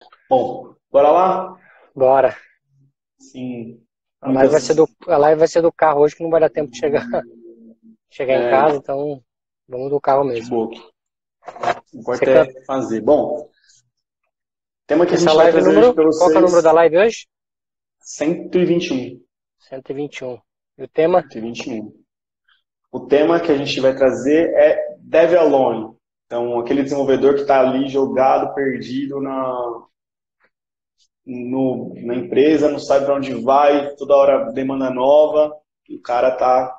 Bom, bora lá? Bora. Sim, A muitas. live vai ser do carro hoje que não vai dar tempo de chegar, chegar em casa, É, então vamos do carro de mesmo. boa. O que Você importa canta é fazer. Bom, o tema que a essa gente vai live trazer hoje número? para Qual que é o número da vocês, live hoje? 121. 121. E o tema? 121. O tema que a gente vai trazer é Dev Alone. Então, aquele desenvolvedor que está ali jogado, perdido na empresa, não sabe para onde vai, toda hora demanda nova, e o cara está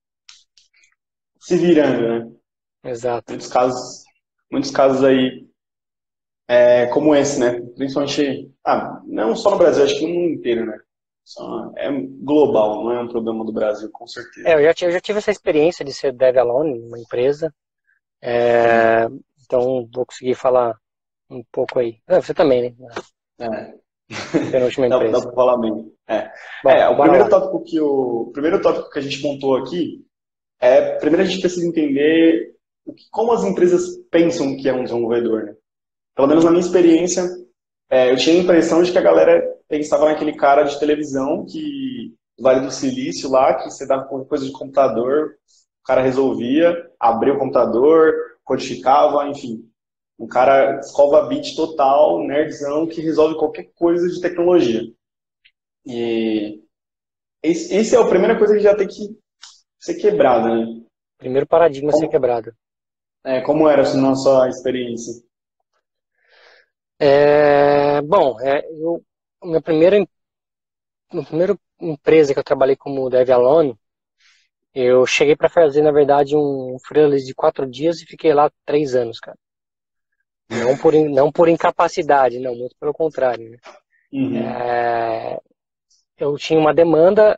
se virando, né? Exato. Muitos casos aí como esse, né? Principalmente, não só no Brasil, acho que no mundo inteiro, né? É global, não é um problema do Brasil, com certeza. Eu já tive essa experiência de ser dev alone numa empresa, Sim. então vou conseguir falar um pouco aí. Você também, né? Na É. penúltima Dá empresa. para falar bem. Bom, O bora primeiro lá. tópico que a gente montou aqui é, primeiro a gente precisa entender como as empresas pensam que é um desenvolvedor, né? Pelo menos na minha experiência, eu tinha a impressão de que a galera pensava naquele cara de televisão que Vale do Silício lá, que você dava qualquer coisa de computador, o cara resolvia, abria o computador, codificava, enfim. Um cara escova bit total, nerdzão, que resolve qualquer coisa de tecnologia. E esse é a primeira coisa que já tem que ser quebrada, né? Primeiro paradigma a ser Como, quebrado. como era a nossa experiência? Bom, minha primeira empresa que eu trabalhei como dev alone, eu cheguei para fazer, na verdade, um freelance de 4 dias e fiquei lá 3 anos, cara. Não por incapacidade, não, muito pelo contrário, né? Uhum. É, eu tinha uma demanda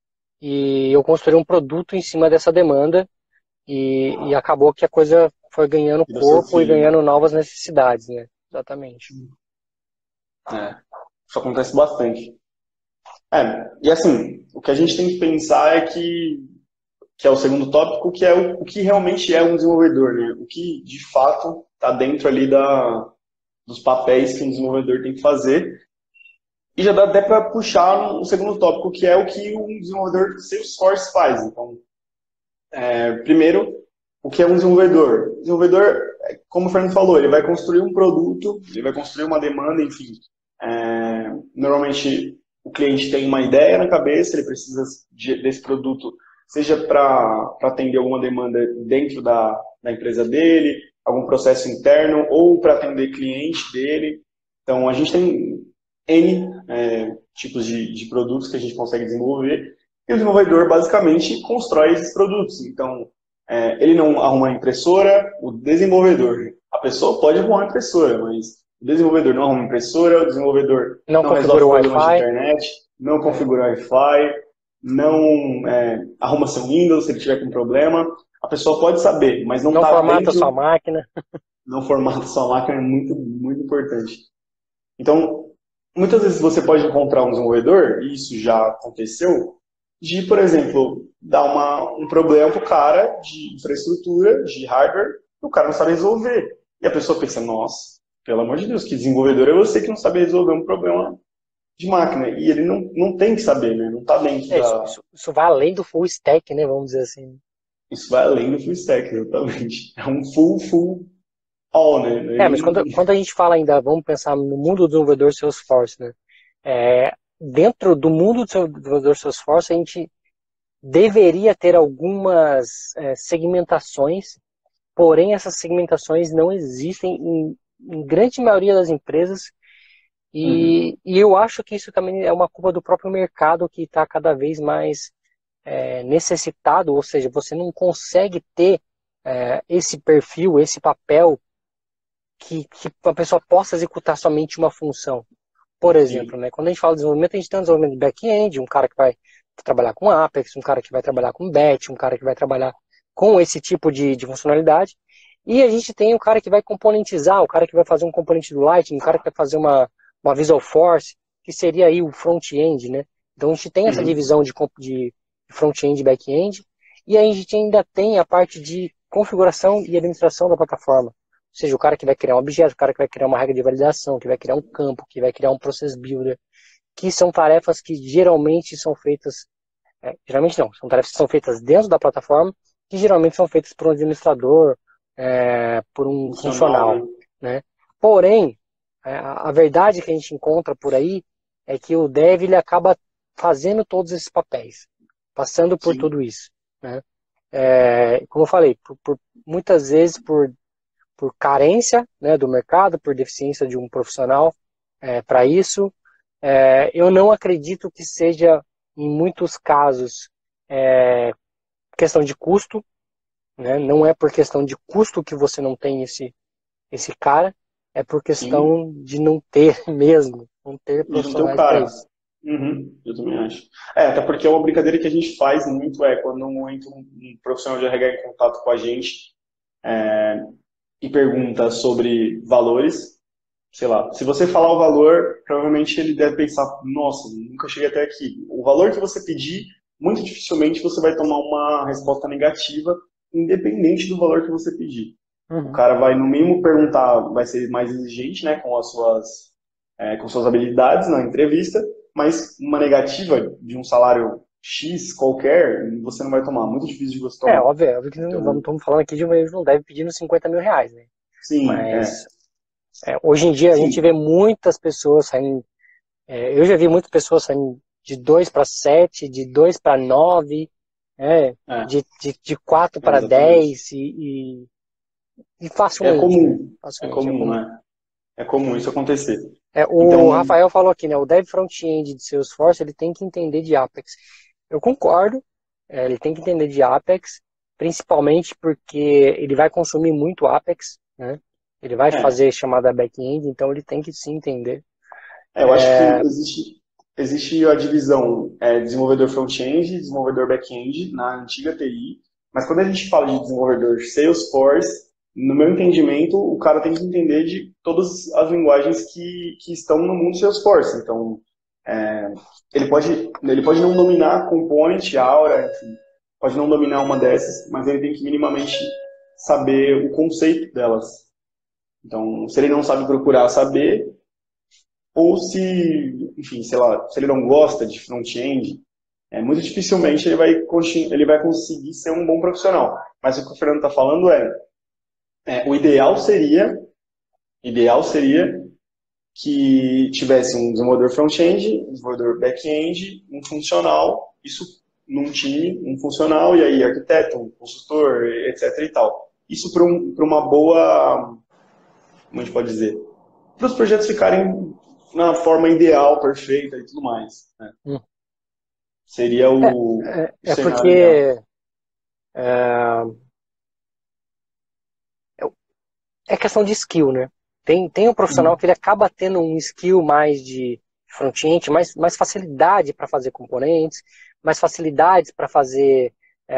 e eu construí um produto em cima dessa demanda e acabou que a coisa foi ganhando Virou seu corpo e filho. ganhando novas necessidades, né? Exatamente. É, isso acontece bastante. E assim, o que a gente tem que pensar é que é o segundo tópico, que é o que realmente é um desenvolvedor, né? O que de fato está dentro ali dos papéis que um desenvolvedor tem que fazer. E já dá até para puxar um segundo tópico, que é o que um desenvolvedor Salesforce faz. Então, primeiro, o que é um desenvolvedor? O desenvolvedor, como o Fernando falou, ele vai construir um produto, ele vai construir uma demanda, enfim. Normalmente, o cliente tem uma ideia na cabeça, ele precisa desse produto, seja para atender alguma demanda dentro da empresa dele, algum processo interno, ou para atender cliente dele. Então, a gente tem N tipos de produtos que a gente consegue desenvolver, e o desenvolvedor basicamente constrói esses produtos. Então, ele não arruma a impressora, o desenvolvedor. A pessoa pode arrumar uma impressora, mas o desenvolvedor não arruma impressora, o desenvolvedor Não não configura resolve o problemas de Wi-Fi, internet, não né? configura Wi-Fi, não arruma seu Windows se ele tiver com problema. A pessoa pode saber, mas não Não está formata sua dentro, máquina. não formata sua máquina, é muito, muito importante. Então, muitas vezes você pode encontrar um desenvolvedor, e isso já aconteceu, de, por exemplo, dar um problema para o cara de infraestrutura, de hardware, e o cara não sabe resolver. E a pessoa pensa, nossa, pelo amor de Deus, que desenvolvedor é você que não sabe resolver um problema de máquina. E ele não tem que saber, né? Não está dentro Isso, da. isso vai além do full stack, né? Vamos dizer assim. Isso vai além do full stack, exatamente. É um full all, né? Mas quando a gente fala ainda, vamos pensar no mundo do desenvolvedor Salesforce, né? Dentro do mundo do desenvolvedor Salesforce, a gente deveria ter algumas segmentações, porém essas segmentações não existem em grande maioria das empresas Uhum. e eu acho que isso também é uma culpa do próprio mercado que está cada vez mais necessitado, ou seja, você não consegue ter esse perfil, esse papel que a pessoa possa executar somente uma função. Por exemplo, Sim. né, quando a gente fala de desenvolvimento, a gente tem um desenvolvimento de back-end, um cara que vai trabalhar com Apex, um cara que vai trabalhar com Batch, um cara que vai trabalhar com esse tipo de funcionalidade. E a gente tem o cara que vai componentizar, o cara que vai fazer um componente do Lightning, o cara que vai fazer uma Visual Force, que seria aí o front-end, né? Então a gente tem essa Uhum. divisão de front-end e back-end, e aí a gente ainda tem a parte de configuração e administração da plataforma. seja, o cara que vai criar um objeto, o cara que vai criar uma regra de validação, que vai criar um campo, que vai criar um process builder, que são tarefas que geralmente são feitas, geralmente não, são tarefas que são feitas dentro da plataforma, que geralmente são feitas por um administrador, por um Funcional, funcional, né? Porém, a verdade que a gente encontra por aí é que o dev ele acaba fazendo todos esses papéis, passando por Sim. tudo isso, né? Como eu falei, muitas vezes por carência, né, do mercado, por deficiência de um profissional para isso. Eu não acredito que seja, em muitos casos, questão de custo, né? Não é por questão de custo que você não tem esse cara, é por Sim. questão de não ter mesmo, não ter De não ter o profissionais para cara. isso. Uhum, eu também acho. Até porque uma brincadeira que a gente faz muito quando entra um profissional de RH em contato com a gente e pergunta sobre valores, sei lá, se você falar o valor, provavelmente ele deve pensar, nossa, nunca cheguei até aqui. O valor que você pedir, muito dificilmente você vai tomar uma resposta negativa, independente do valor que você pedir. O Uhum. cara vai, no mínimo, perguntar, vai ser mais exigente, né, com suas habilidades na entrevista, mas uma negativa de um salário X qualquer, você não vai tomar. Muito difícil de você tomar. Óbvio que não Então, estamos falando aqui de um não deve pedir nos 50 mil reais, né? sim, Mas hoje em dia a gente sim, vê muitas pessoas saindo, eu já vi muitas pessoas saindo de 2 para 7, de 2 para 9, é, de 4 para exatamente. 10 e É facilmente, né? comum, é Facilmente, é comum, comum. né? É comum isso acontecer. O Então, Rafael falou aqui, né? O dev front-end de Salesforce, ele tem que entender de Apex. Eu concordo, ele tem que entender de Apex, principalmente porque ele vai consumir muito Apex, né? Ele vai é, fazer chamada back-end, então ele tem que sim entender. eu acho que existe a divisão desenvolvedor front-end e desenvolvedor back-end na antiga TI, mas quando a gente fala de desenvolvedor Salesforce, no meu entendimento, o cara tem que entender de todas as linguagens que estão no mundo Salesforce. Então, é, ele pode não dominar Component, Aura, enfim, pode não dominar uma dessas, mas ele tem que minimamente saber o conceito delas. Então, se ele não sabe procurar saber, ou se, enfim, sei lá, se ele não gosta de front-end, muito dificilmente ele vai conseguir ser um bom profissional. Mas o que o Fernando está falando o ideal seria que tivesse um desenvolvedor front-end, um desenvolvedor back-end, um funcional, isso num time, um funcional, e aí arquiteto, um consultor, etc e tal. Isso para uma boa, como a gente pode dizer, para os projetos ficarem na forma ideal, perfeita e tudo mais, né? Hum. Seria É, o é cenário ideal. porque é questão de skill, né? Tem um profissional que ele acaba tendo um skill mais de front-end, mais facilidade para fazer componentes, mais facilidades para fazer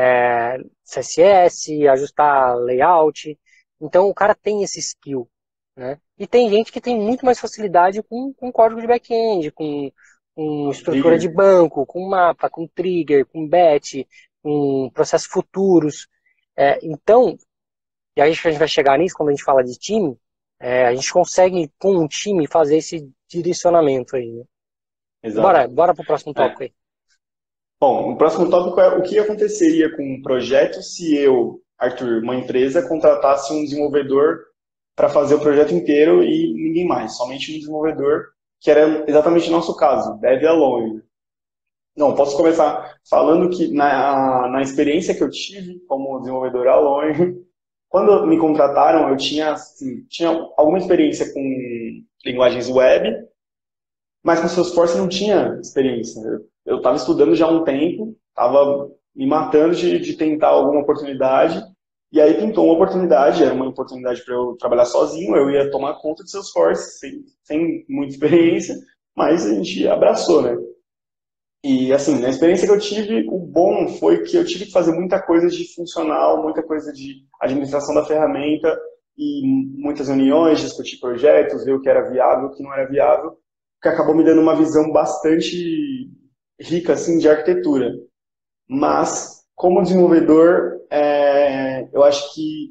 CSS, ajustar layout. Então o cara tem esse skill, né? E tem gente que tem muito mais facilidade com código de back-end, com estrutura de Trigger. banco, com mapa, com trigger, com batch, com processos futuros. Então, e aí a gente vai chegar nisso quando a gente fala de time, a gente consegue, com um time, fazer esse direcionamento aí, né? Exato. Bora pro próximo É. tópico aí. Bom, o próximo tópico é o que aconteceria com um projeto se eu, Arthur, uma empresa, contratasse um desenvolvedor para fazer o projeto inteiro e ninguém mais, somente um desenvolvedor, que era exatamente o nosso caso, Dev Alone. Não, posso começar falando que na experiência que eu tive como desenvolvedor Alone, quando me contrataram, eu tinha alguma experiência com linguagens web, mas com Salesforce não tinha experiência. Eu estava estudando já há um tempo, estava me matando de tentar alguma oportunidade, e aí pintou uma oportunidade, era uma oportunidade para eu trabalhar sozinho, eu ia tomar conta de Salesforce, sem muita experiência, mas a gente abraçou, né? E assim, na experiência que eu tive, o bom foi que eu tive que fazer muita coisa de funcional, muita coisa de administração da ferramenta, e muitas reuniões, discutir projetos, ver o que era viável, o que não era viável, que acabou me dando uma visão bastante rica assim de arquitetura. Mas como desenvolvedor, eu acho que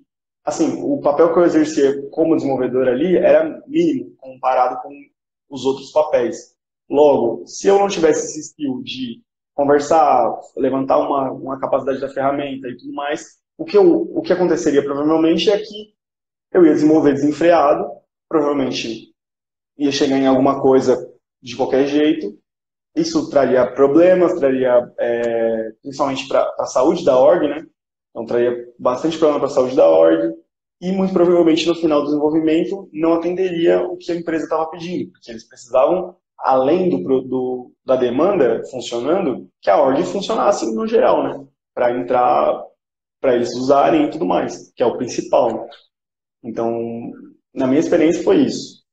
assim, o papel que eu exercia como desenvolvedor ali era mínimo comparado com os outros papéis. Logo, se eu não tivesse esse skill de conversar, levantar uma capacidade da ferramenta e tudo mais, o que aconteceria provavelmente é que eu ia desenvolver desenfreado, provavelmente ia chegar em alguma coisa de qualquer jeito. Isso traria problemas, traria principalmente para a saúde da org, né? Então traria bastante problema para a saúde da org e muito provavelmente no final do desenvolvimento não atenderia o que a empresa estava pedindo, porque eles precisavam, além da demanda funcionando, que a org funcionasse no geral, né? Para entrar, para eles usarem e tudo mais, que é o principal. Então, na minha experiência foi isso.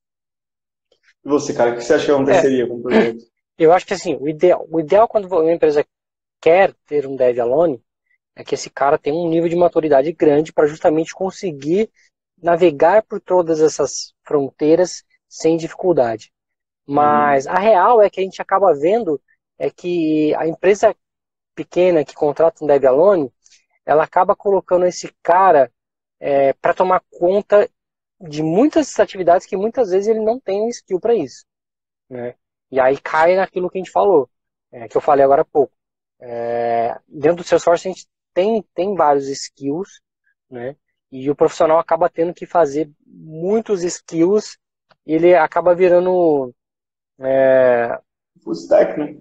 E você, cara, o que você acha que É, aconteceria com o projeto? eu acho que assim, o ideal quando uma empresa quer ter um dev alone é que esse cara tenha um nível de maturidade grande para justamente conseguir navegar por todas essas fronteiras sem dificuldade. Uhum. Mas a real é que a gente acaba vendo é que a empresa pequena que contrata um dev alone, ela acaba colocando esse cara para tomar conta de muitas atividades que muitas vezes ele não tem skill para isso, né? E aí cai naquilo que a gente falou, que eu falei agora há pouco. Dentro do Salesforce a gente tem vários skills, né? E o profissional acaba tendo que fazer muitos skills e ele acaba virando Full stack, né?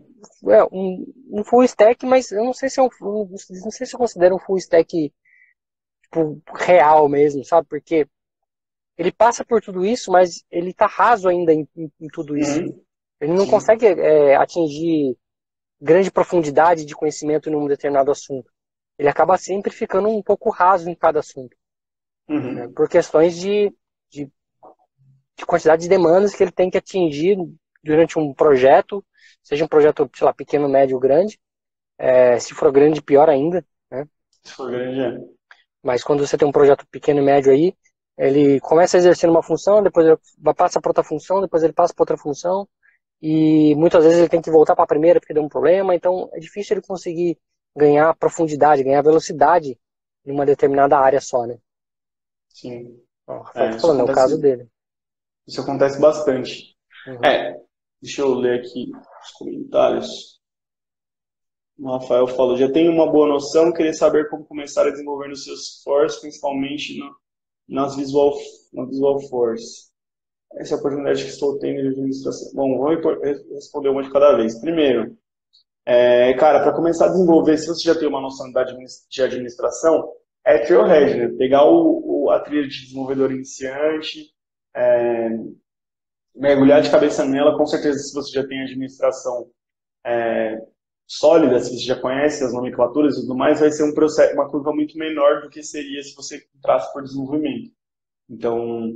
um full stack, mas eu não sei se não sei se eu considero um full stack tipo, real mesmo, sabe? Porque ele passa por tudo isso, mas ele tá raso ainda em tudo isso. Uhum. Ele não Sim. consegue atingir grande profundidade de conhecimento em um determinado assunto. Ele acaba sempre ficando um pouco raso em cada assunto, né? Uhum. Por questões de, de quantidade de demandas que ele tem que atingir durante um projeto, seja um projeto, sei lá, pequeno, médio ou grande. Se for grande, pior ainda, né? Se for grande, é. Mas quando você tem um projeto pequeno e médio aí, ele começa exercendo uma função, depois ele passa para outra função, depois ele passa para outra função, e muitas vezes ele tem que voltar para a primeira porque deu um problema, então é difícil ele conseguir ganhar profundidade, ganhar velocidade em uma determinada área só, né? Sim. Ó, o Rafael É, tá falando, é o caso dele. isso acontece bastante. Uhum. É, deixa eu ler aqui os comentários. O Rafael falou, já tenho uma boa noção, queria saber como começar a desenvolver no Salesforce, principalmente na Visual Force. Essa é a oportunidade que estou tendo de administração. Bom, vou responder uma de cada vez. Primeiro, cara, para começar a desenvolver, se você já tem uma noção de administração, é Trailhead, né? Pegar a trilha de desenvolvedor iniciante, é, mergulhar de cabeça nela, com certeza se você já tem administração sólida, se você já conhece as nomenclaturas e tudo mais, vai ser um processo, uma curva muito menor do que seria se você entrasse por desenvolvimento. Então,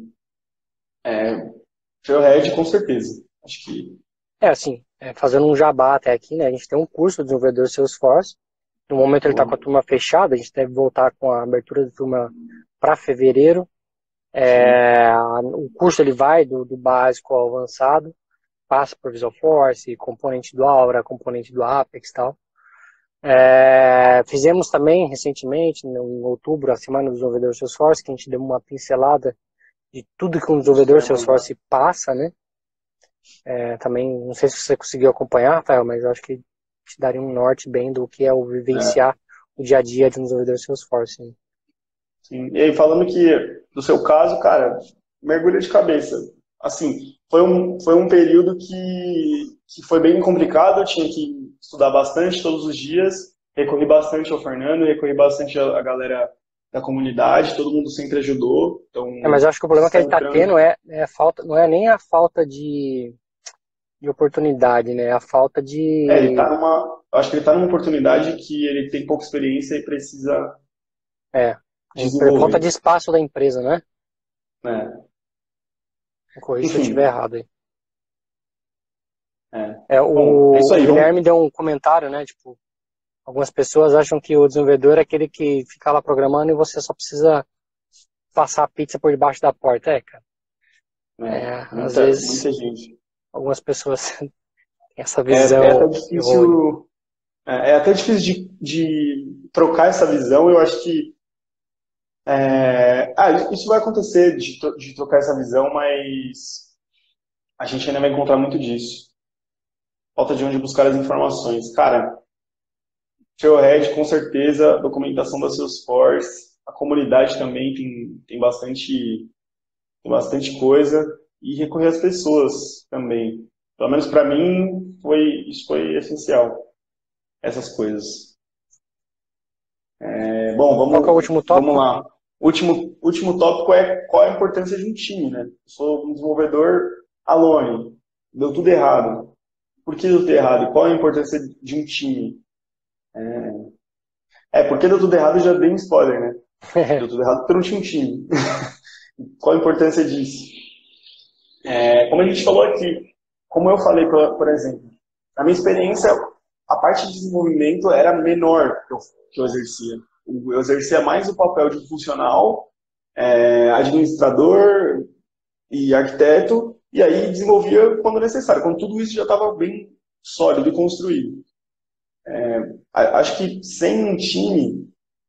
Trailhead com certeza. Acho que Assim, fazendo um jabá até aqui, né? A gente tem um curso de desenvolvedor Salesforce. No momento ele está com a turma fechada, a gente deve voltar com a abertura da turma para fevereiro. sim. O curso ele vai do básico ao avançado, passa por Visual Force, componente do Aura, componente do Apex e tal. Fizemos também recentemente, em outubro, a Semana do Desenvolvedor Salesforce, que a gente deu uma pincelada de tudo que um Isso desenvolvedor vai mandar. Salesforce passa, né? Também, não sei se você conseguiu acompanhar, Rafael, mas eu acho que te daria um norte bem do que é o É, vivenciar o dia a dia de um desenvolvedor Salesforce, né? sim. E aí, falando que, no seu caso, cara, mergulha de cabeça. Assim, foi um período que foi bem complicado, eu tinha que estudar bastante todos os dias, recorri bastante ao Fernando, recorri bastante à galera da comunidade, todo mundo sempre ajudou. Então, Mas eu acho que o problema que está ele está entrando. tendo é a falta, não é nem a falta de oportunidade, né? É a falta Ele tá de. eu acho que ele tá numa oportunidade que ele tem pouca experiência e precisa É, falta de desenvolver, espaço da empresa, né? né? Me corrija se eu estiver Enfim, errado aí. é. Bom, é isso O aí, vamos. Guilherme deu um comentário, né? Tipo, algumas pessoas acham que o desenvolvedor é aquele que fica lá programando e você só precisa passar a pizza por debaixo da porta. Cara. Às vezes, Muita gente. algumas pessoas têm essa É até visão errônea. difícil, é até difícil de trocar essa visão. Eu acho que Isso vai acontecer de trocar essa visão, mas a gente ainda vai encontrar muito disso. Falta de onde buscar as informações. Cara, Trailhead, com certeza, documentação da Salesforce, a comunidade também tem bastante coisa, e recorrer às pessoas também. Pelo menos para mim, isso foi essencial, essas coisas. Bom, Qual que é o último vamos tópico? lá. Último tópico é qual é a importância de um time, né? Eu sou um desenvolvedor alone, deu tudo errado. Por que deu tudo errado? E qual é a importância de um time? Porque deu tudo errado, eu já dei um spoiler, né? Deu tudo errado porque eu não tinha um time. Qual a importância disso? Como a gente falou aqui, como eu falei, por exemplo, na minha experiência, a parte de desenvolvimento era menor que eu exercia. Eu exercia mais o papel de funcional, administrador e arquiteto, e aí desenvolvia quando necessário, quando tudo isso já estava bem sólido e construído. Acho que sem um time,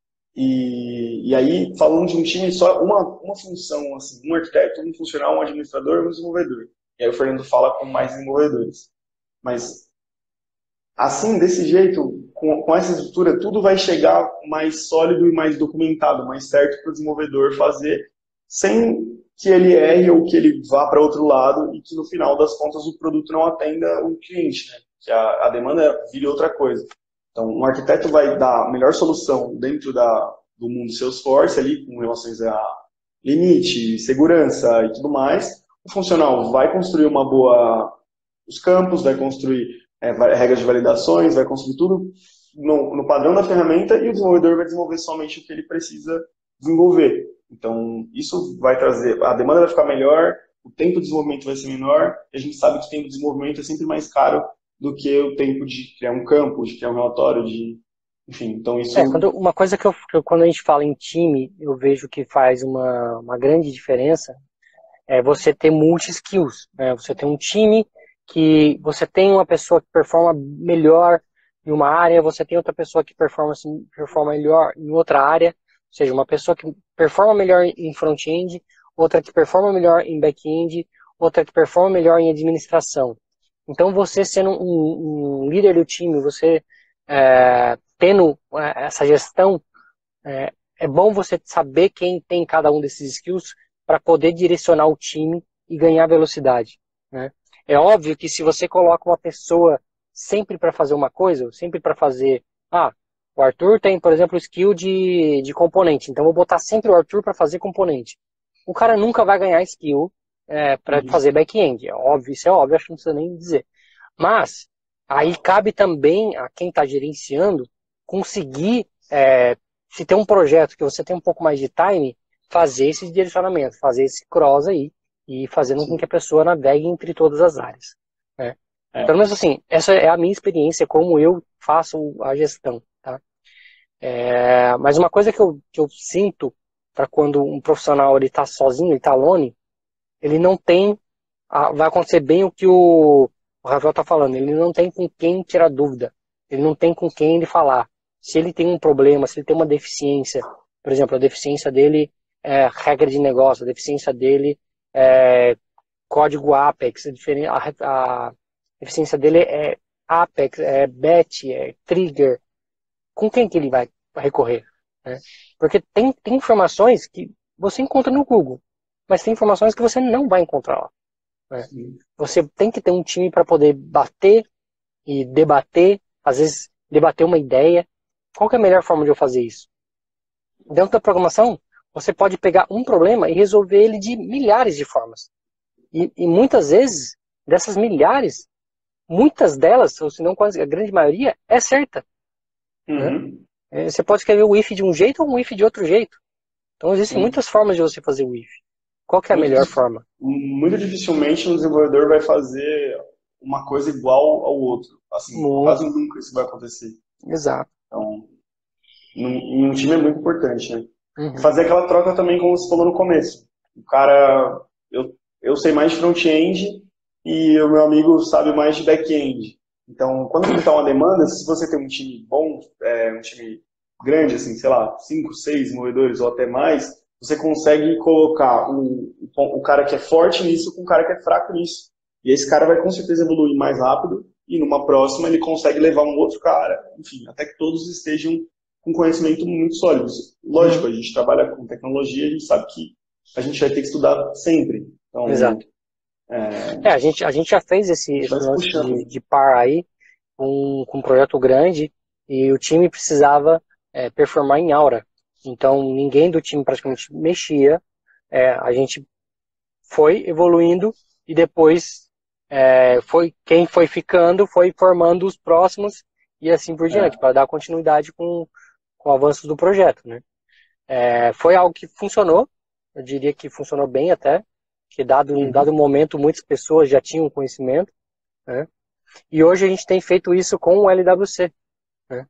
e aí falando de um time, só uma função, assim, um arquiteto, um funcional, um administrador e um desenvolvedor. E aí o Fernando fala com mais desenvolvedores. Mas assim, desse jeito, com essa estrutura, tudo vai chegar mais sólido e mais documentado, mais certo para o desenvolvedor fazer, sem que ele erre ou que ele vá para outro lado e que no final das contas o produto não atenda o cliente, né? Que a demanda vire outra coisa. Então, um arquiteto vai dar a melhor solução dentro do mundo Salesforce, ali, com relações a limite, segurança e tudo mais. O funcional vai construir os campos, vai construir regras de validações, vai construir tudo no padrão da ferramenta e o desenvolvedor vai desenvolver somente o que ele precisa desenvolver. Então, isso vai trazer, a demanda vai ficar melhor, o tempo de desenvolvimento vai ser menor, e a gente sabe que o tempo de desenvolvimento é sempre mais caro do que o tempo de criar um campo, de criar um relatório, enfim, então isso... Uma coisa quando a gente fala em time, eu vejo que faz uma grande diferença é você ter multi-skills, né? Você tem um time que você tem uma pessoa que performa melhor em uma área, você tem outra pessoa que performa melhor em outra área, ou seja, uma pessoa que performa melhor em front-end, outra que performa melhor em back-end, outra que performa melhor em administração. Então você sendo um líder do time, você tendo essa gestão, é bom você saber quem tem cada um desses skills para poder direcionar o time e ganhar velocidade, né? É óbvio que se você coloca uma pessoa sempre para fazer uma coisa, sempre para fazer... o Arthur tem, por exemplo, o skill de componente, então eu vou botar sempre o Arthur para fazer componente. O cara nunca vai ganhar skill para fazer back-end. É óbvio, isso é óbvio, acho que não precisa nem dizer. Mas aí cabe também a quem está gerenciando conseguir, se tem um projeto que você tem um pouco mais de time, fazer esse direcionamento, fazer esse cross aí e fazendo com que a pessoa navegue entre todas as áreas, né? Pelo menos assim, essa é a minha experiência, como eu faço a gestão, tá? Mas uma coisa que eu sinto para quando um profissional está sozinho, ele está alone, ele não tem, vai acontecer bem o que o Rafael está falando, ele não tem com quem tirar dúvida, ele não tem com quem ele falar. Se ele tem um problema, se ele tem uma deficiência, por exemplo, a deficiência dele é regra de negócio, a deficiência dele é código Apex, a deficiência dele é Apex, é BET, é Trigger, com quem que ele vai recorrer, né? Porque tem informações que você encontra no Google, mas tem informações que você não vai encontrar lá, né? Você tem que ter um time para poder bater e debater, às vezes debater uma ideia. Qual que é a melhor forma de eu fazer isso? Dentro da programação, você pode pegar um problema e resolver ele de milhares de formas. E muitas vezes, dessas milhares, muitas delas, ou se não quase a grande maioria, é certa, né? Você pode escrever o if de um jeito ou um if de outro jeito. Então existem muitas formas de você fazer o if. Qual que é a melhor forma? Muito dificilmente um desenvolvedor vai fazer uma coisa igual ao outro. Assim, quase nunca isso vai acontecer. Exato. Então, em um time é muito importante, né? Fazer aquela troca também, como você falou no começo. O cara, eu sei mais de front-end e o meu amigo sabe mais de back-end. Então, quando pintar uma demanda, se você tem um time bom, um time grande, assim, sei lá, 5, 6 desenvolvedores ou até mais, você consegue colocar o cara que é forte nisso com o cara que é fraco nisso. E esse cara vai com certeza evoluir mais rápido e numa próxima ele consegue levar um outro cara, enfim, até que todos estejam com conhecimento muito sólido. Lógico, a gente trabalha com tecnologia, a gente sabe que a gente vai ter que estudar sempre. Então, Exato. A gente já fez esse vai se lance puxando. de par aí com um projeto grande e o time precisava performar em aura. Então ninguém do time praticamente mexia. A gente foi evoluindo e depois quem foi ficando foi formando os próximos e assim por diante, É. para dar continuidade com o avanço do projeto, né? Foi algo que funcionou, eu diria que funcionou bem até, que dado um dado momento muitas pessoas já tinham conhecimento, né? E hoje a gente tem feito isso com o LWC, né?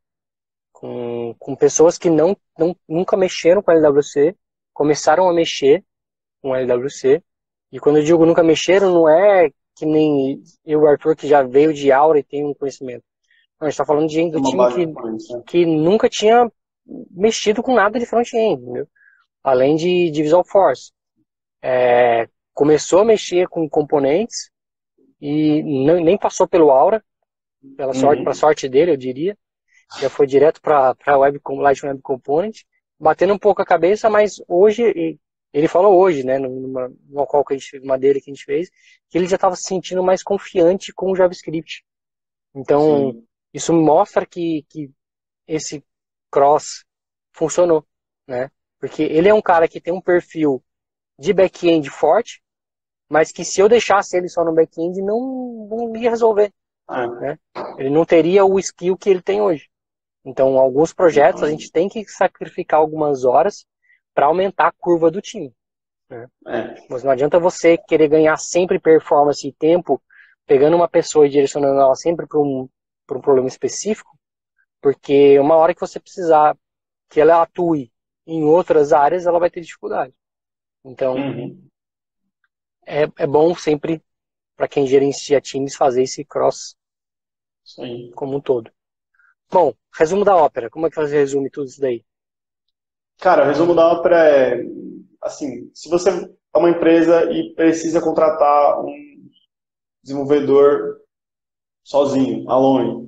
Com pessoas que nunca mexeram com o LWC, começaram a mexer com o LWC, e quando eu digo nunca mexeram, não é que nem eu, o Arthur, que já veio de Aura e tem um conhecimento. Não, a gente está falando de gente É do uma time base de conhecimento, né? que nunca tinha mexido com nada de front-end, entendeu? Além de Visual Force. Começou a mexer com componentes e nem passou pelo Aura, para sorte dele, eu diria. Já foi direto para Light Web Component, batendo um pouco a cabeça, mas hoje, ele falou hoje, né, numa call que a gente, uma dele que a gente fez, que ele já estava se sentindo mais confiante com o JavaScript. Então, Sim. isso mostra que esse cross funcionou, né? Porque ele é um cara que tem um perfil de back-end forte, mas que se eu deixasse ele só no back-end, não ia resolver, É, né? Ele não teria o skill que ele tem hoje. Então, alguns projetos a gente exatamente. tem que sacrificar algumas horas para aumentar a curva do time, né? É, Mas não adianta você querer ganhar sempre performance e tempo pegando uma pessoa e direcionando ela sempre para um problema específico, porque uma hora que você precisar que ela atue em outras áreas, ela vai ter dificuldade. Então, uhum, é bom sempre, para quem gerencia times, fazer esse cross isso aí. como um todo. Bom, resumo da ópera. Como é que você resume tudo isso daí? Cara, o resumo da ópera é, assim, se você é uma empresa e precisa contratar um desenvolvedor sozinho, alone,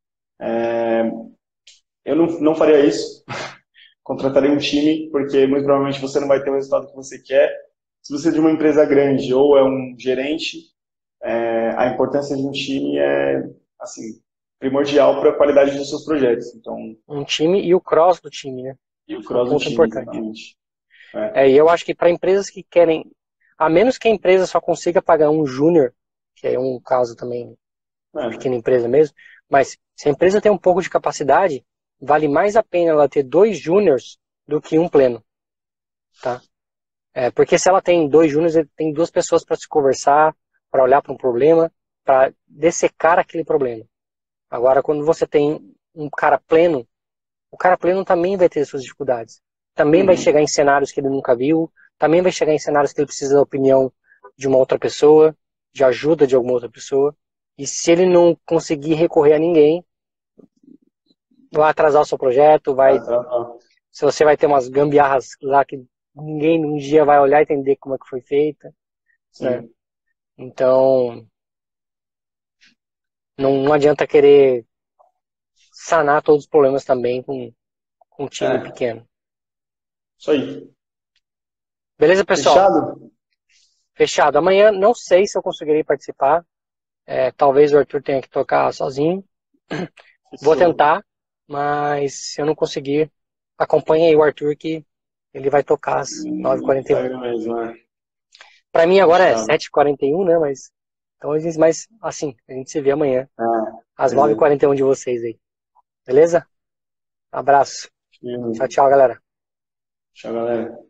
eu não faria isso. Contrataria um time, porque muito provavelmente você não vai ter o resultado que você quer. Se você é de uma empresa grande ou é um gerente, a importância de um time é, assim, primordial para a qualidade dos seus projetos. Então, Um time e o cross do time, né? e o Isso é um cross do ponto time, importante. exatamente. É, E eu acho que para empresas que querem, a menos que a empresa só consiga pagar um júnior, que é um caso também de é. pequena empresa mesmo, mas se a empresa tem um pouco de capacidade, vale mais a pena ela ter dois júniors do que um pleno, tá? Porque se ela tem dois júniors, ele tem duas pessoas para se conversar, para olhar para um problema, para dessecar aquele problema. Agora, quando você tem um cara pleno, o cara pleno também vai ter suas dificuldades. Também vai chegar Uhum. em cenários que ele nunca viu, também vai chegar em cenários que ele precisa da opinião de uma outra pessoa, de ajuda de alguma outra pessoa. E se ele não conseguir recorrer a ninguém, vai atrasar o seu projeto, Ah, tá, tá. se você vai ter umas gambiarras lá que ninguém um dia vai olhar e entender como é que foi feita, né? Sim. Então, não adianta querer sanar todos os problemas também com um time É, pequeno. isso aí. Beleza, pessoal? Fechado? Fechado. Amanhã não sei se eu conseguirei participar. Talvez o Arthur tenha que tocar sozinho. Vou Fechou. tentar, mas se eu não conseguir, acompanhe aí o Arthur que ele vai tocar às 9h41. Pega mesmo, né? Para mim agora é Fechado. 7h41, né? Mas assim, a gente se vê amanhã Ah, às beleza. 9h41 de vocês aí. Beleza? Abraço. Tchau, Firme. tchau, galera. Tchau, galera.